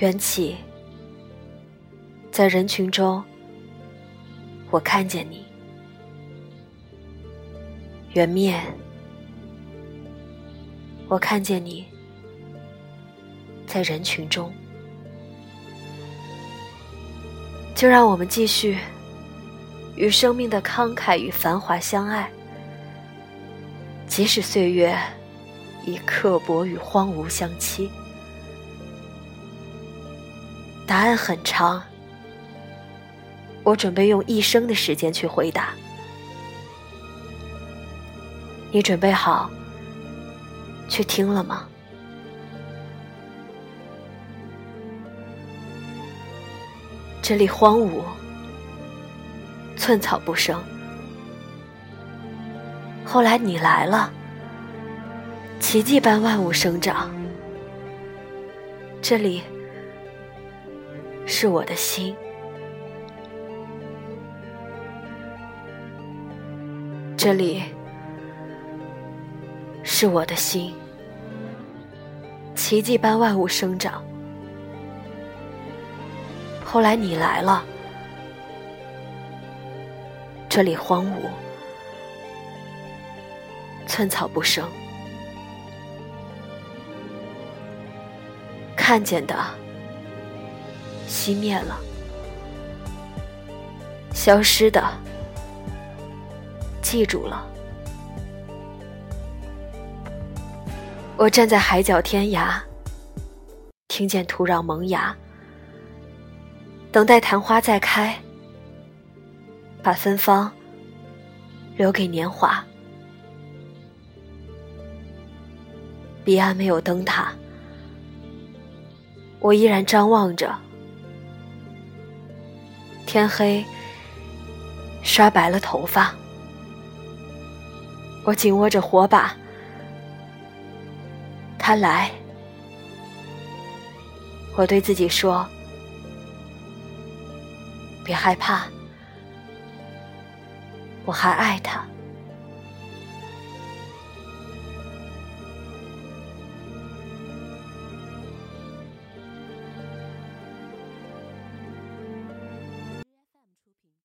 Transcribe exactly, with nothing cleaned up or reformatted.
缘起，在人群中，我看见你；缘灭，我看见你在人群中。就让我们继续与生命的慷慨与繁华相爱，即使岁月以刻薄与荒芜相欺。答案很长，我准备用一生的时间去回答。你准备好去听了吗？这里荒芜，寸草不生。后来你来了，奇迹般万物生长。这里是我的心，这里是我的心，奇迹般万物生长。后来你来了，这里荒芜，寸草不生。看见的熄灭了，消失的记住了。我站在海角天涯，听见土壤萌芽，等待昙花再开，把芬芳留给年华。彼岸没有灯塔，我依然张望着。天黑，刷白了头发，我紧握着火把。他来，我对自己说，别害怕，我还爱他。